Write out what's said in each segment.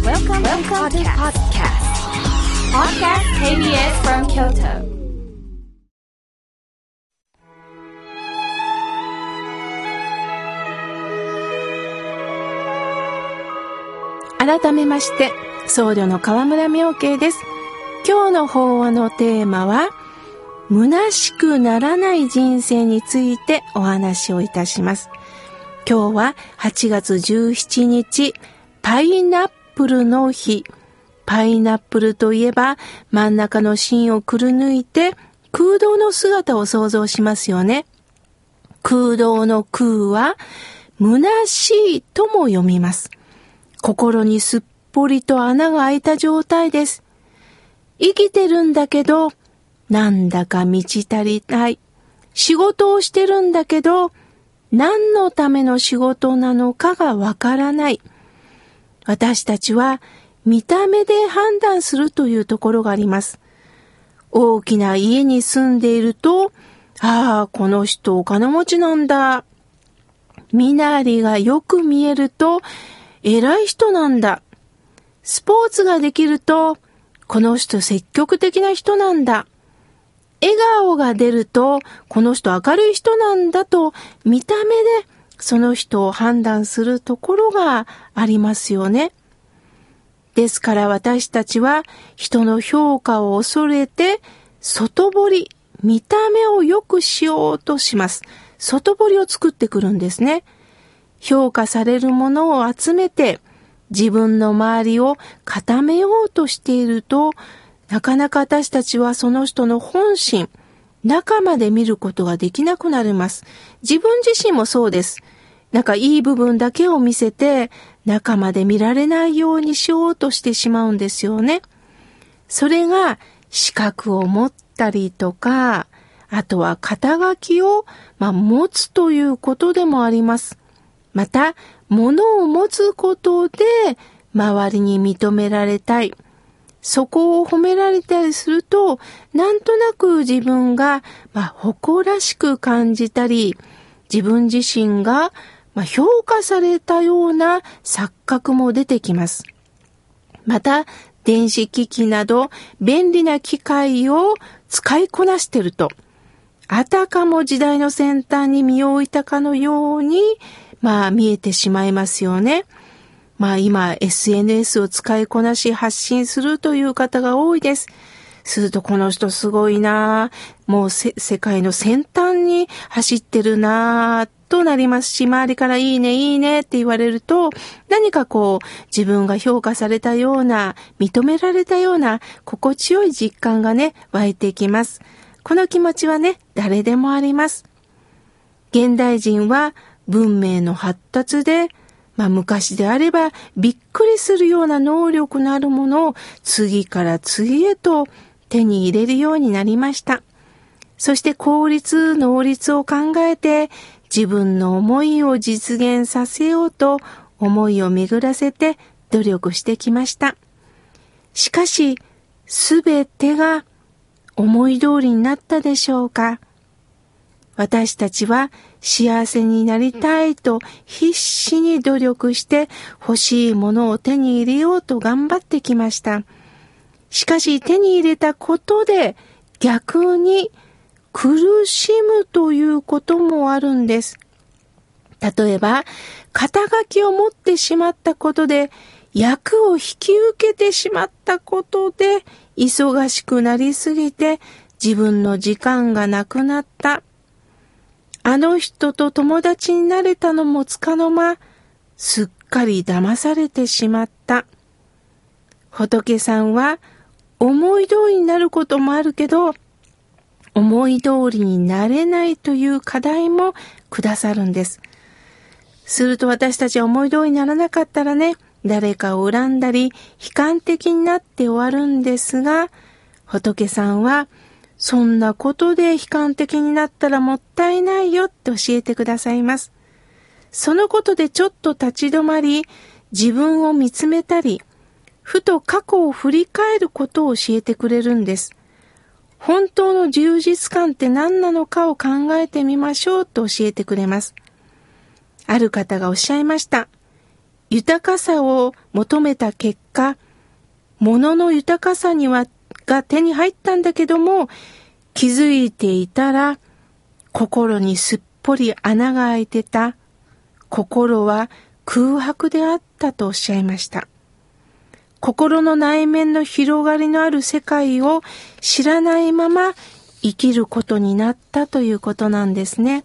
Welcome to podcast. Podcast KBS from Kyoto. 改めまして僧侶の河村妙慶です。今日の法話のテーマは虚しくならない人生についてお話をいたします。今日は8月17日パイナップルの日。パイナップルといえば真ん中の芯をくり抜いて空洞の姿を想像しますよね。空洞の空は虚しいとも読みます。心にすっぽりと穴が開いた状態です。生きてるんだけどなんだか満ち足りない。仕事をしてるんだけど何のための仕事なのかがわからない。私たちは見た目で判断するというところがあります。大きな家に住んでいると、この人お金持ちなんだ。身なりがよく見えると、偉い人なんだ。スポーツができると、この人積極的な人なんだ。笑顔が出ると、この人明るい人なんだと、見た目でその人を判断するところがありますよね。ですから私たちは人の評価を恐れて、外堀、見た目を良くしようとします。外堀を作ってくるんですね。評価されるものを集めて、自分の周りを固めようとしていると、なかなか私たちはその人の本心、中まで見ることができなくなります。自分自身もそうです。いい部分だけを見せて、中まで見られないようにしようとしてしまうんですよね。それが資格を持ったりとか、あとは肩書きを、持つということでもあります。また、物を持つことで周りに認められたい。そこを褒められたりすると、なんとなく自分が、誇らしく感じたり、自分自身が、評価されたような錯覚も出てきます。また、電子機器など便利な機械を使いこなしていると、あたかも時代の先端に身を置いたかのように、見えてしまいますよね。今 SNS を使いこなし発信するという方が多いです。するとこの人すごいなぁ、もう世界の先端に走ってるなぁとなりますし、周りからいいねいいねって言われると、何か自分が評価されたような、認められたような心地よい実感が湧いてきます。この気持ちは誰でもあります。現代人は文明の発達で、昔であればびっくりするような能力のあるものを次から次へと手に入れるようになりました。そして効率、能率を考えて自分の思いを実現させようと思いを巡らせて努力してきました。しかし、すべてが思い通りになったでしょうか？私たちは幸せになりたいと必死に努力して欲しいものを手に入れようと頑張ってきました。しかし手に入れたことで逆に苦しむということもあるんです。例えば、肩書きを持ってしまったことで役を引き受けてしまったことで忙しくなりすぎて自分の時間がなくなった。あの人と友達になれたのもつかの間、すっかり騙されてしまった。仏さんは思い通りになることもあるけど、思い通りになれないという課題もくださるんです。すると私たちは思い通りにならなかったら誰かを恨んだり悲観的になって終わるんですが、仏さんはそんなことで悲観的になったらもったいないよって教えてくださいます。そのことでちょっと立ち止まり、自分を見つめたり、ふと過去を振り返ることを教えてくれるんです。本当の充実感って何なのかを考えてみましょうと教えてくれます。ある方がおっしゃいました。 豊かさを求めた結果、物の豊かさが手に入ったんだけども、気づいていたら心にすっぽり穴が開いてた。心は空白であったとおっしゃいました。心の内面の広がりのある世界を知らないまま生きることになったということなんですね。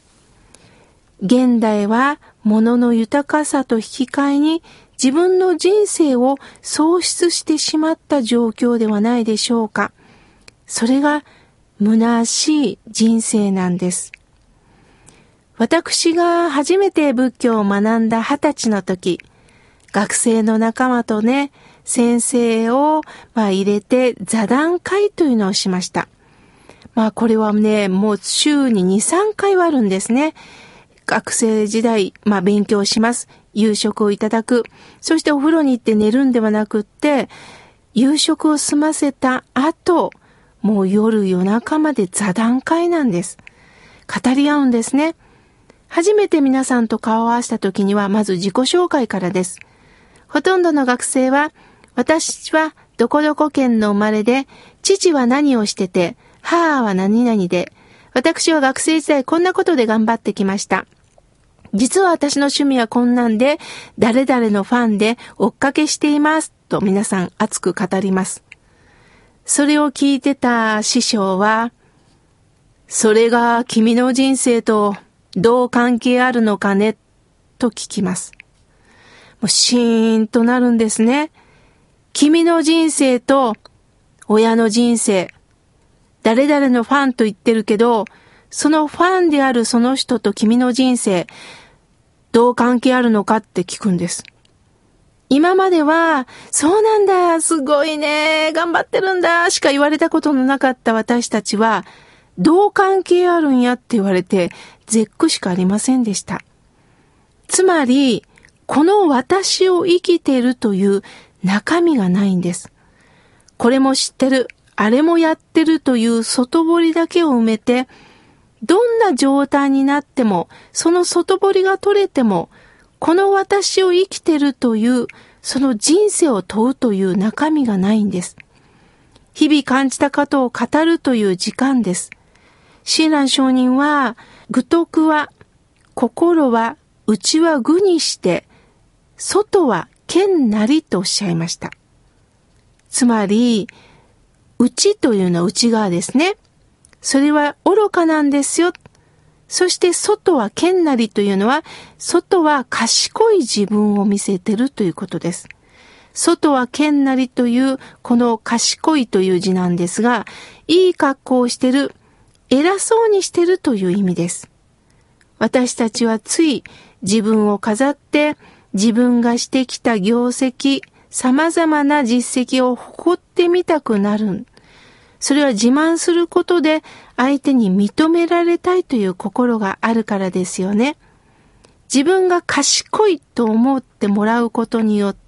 現代は物の豊かさと引き換えに自分の人生を喪失してしまった状況ではないでしょうか。それが虚しい人生なんです。私が初めて仏教を学んだ20歳の時、学生の仲間とね、先生を入れて座談会というのをしました。これはね、もう週に2、3回はあるんですね。学生時代、勉強します。夕食をいただく。そしてお風呂に行って寝るんではなくって、夕食を済ませた後、もう夜中まで座談会なんです。語り合うんですね。初めて皆さんと顔を合わせた時には、まず自己紹介からです。ほとんどの学生は、私はどこどこ県の生まれで、父は何をしてて、母は何々で、私は学生時代こんなことで頑張ってきました。実は私の趣味はこんなんで、誰々のファンで追っかけしています。と皆さん熱く語ります。それを聞いてた師匠は、それが君の人生とどう関係あるのかねと聞きます。もうシーンとなるんですね。君の人生と親の人生、誰々のファンと言ってるけど、そのファンであるその人と君の人生、どう関係あるのかって聞くんです。今までは、そうなんだ、すごいね、頑張ってるんだ、しか言われたことのなかった私たちは、どう関係あるんやって言われて、絶句しかありませんでした。つまり、この私を生きているという中身がないんです。これも知ってる、あれもやってるという外堀だけを埋めて、どんな状態になっても、その外堀が取れても、この私を生きているという、その人生を問うという中身がないんです。日々感じたことを語るという時間です。親鸞上人は、愚徳は、心は内は愚にして、外は剣なりとおっしゃいました。つまり、内というのは内側ですね。それは愚かなんですよ。そして外は剣なりというのは、外は賢い自分を見せてるということです。外は剣なりというこの賢いという字なんですが、いい格好をしてる、偉そうにしてるという意味です。私たちはつい自分を飾って自分がしてきた業績、様々な実績を誇ってみたくなる。それは自慢することで相手に認められたいという心があるからですよね。自分が賢いと思ってもらうことによって、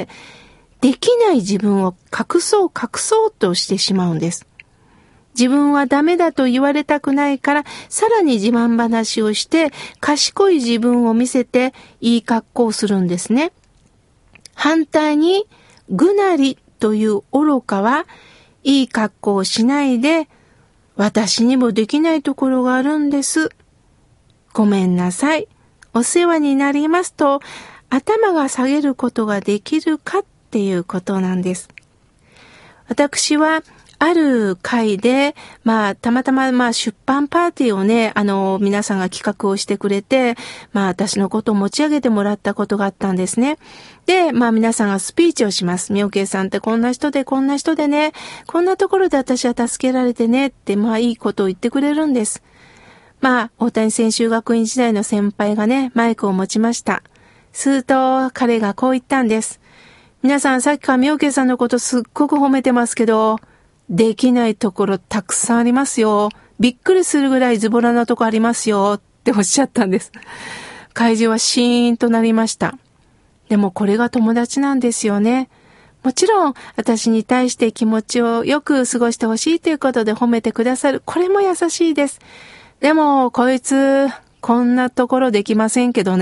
できない自分を隠そうとしてしまうんです。自分はダメだと言われたくないから、さらに自慢話をして、賢い自分を見せていい格好をするんですね。反対に、愚なりという愚かは、いい格好をしないで、私にもできないところがあるんです。ごめんなさい。お世話になりますと、頭が下げることができるかっていうことなんです。私は、ある会で、たまたま出版パーティーをね、皆さんが企画をしてくれて、私のことを持ち上げてもらったことがあったんですね。で、皆さんがスピーチをします。妙慶さんってこんな人でね、こんなところで私は助けられてねって、いいことを言ってくれるんです。大谷専修学院時代の先輩がね、マイクを持ちました。すると、彼がこう言ったんです。皆さんさっきから妙慶さんのことすっごく褒めてますけど、できないところたくさんありますよ。びっくりするぐらいズボラなとこありますよっておっしゃったんです。会場はシーンとなりました。でもこれが友達なんですよね。もちろん私に対して気持ちをよく過ごしてほしいということで褒めてくださる。これも優しいです。でもこいつこんなところできませんけどねっ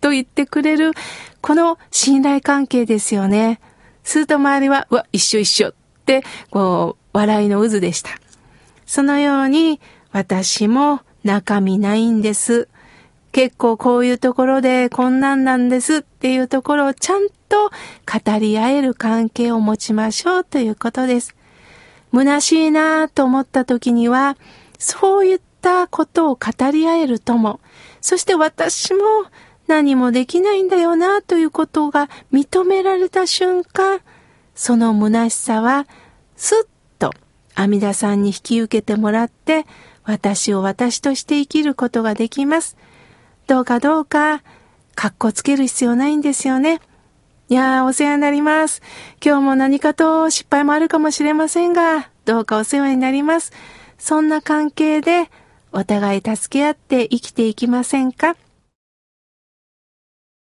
と言ってくれる、この信頼関係ですよね。すると周りは、うわ、一緒って、笑いの渦でした。そのように、私も中身ないんです。結構こういうところでこんなんですっていうところをちゃんと語り合える関係を持ちましょうということです。虚しいなと思った時には、そういったことを語り合える友、そして私も何もできないんだよなということが認められた瞬間、その虚しさはすっと阿弥陀さんに引き受けてもらって、私を私として生きることができます。どうかかっこつける必要ないんですよね。いやー、お世話になります。今日も何かと失敗もあるかもしれませんが、どうかお世話になります。そんな関係でお互い助け合って生きていきませんか？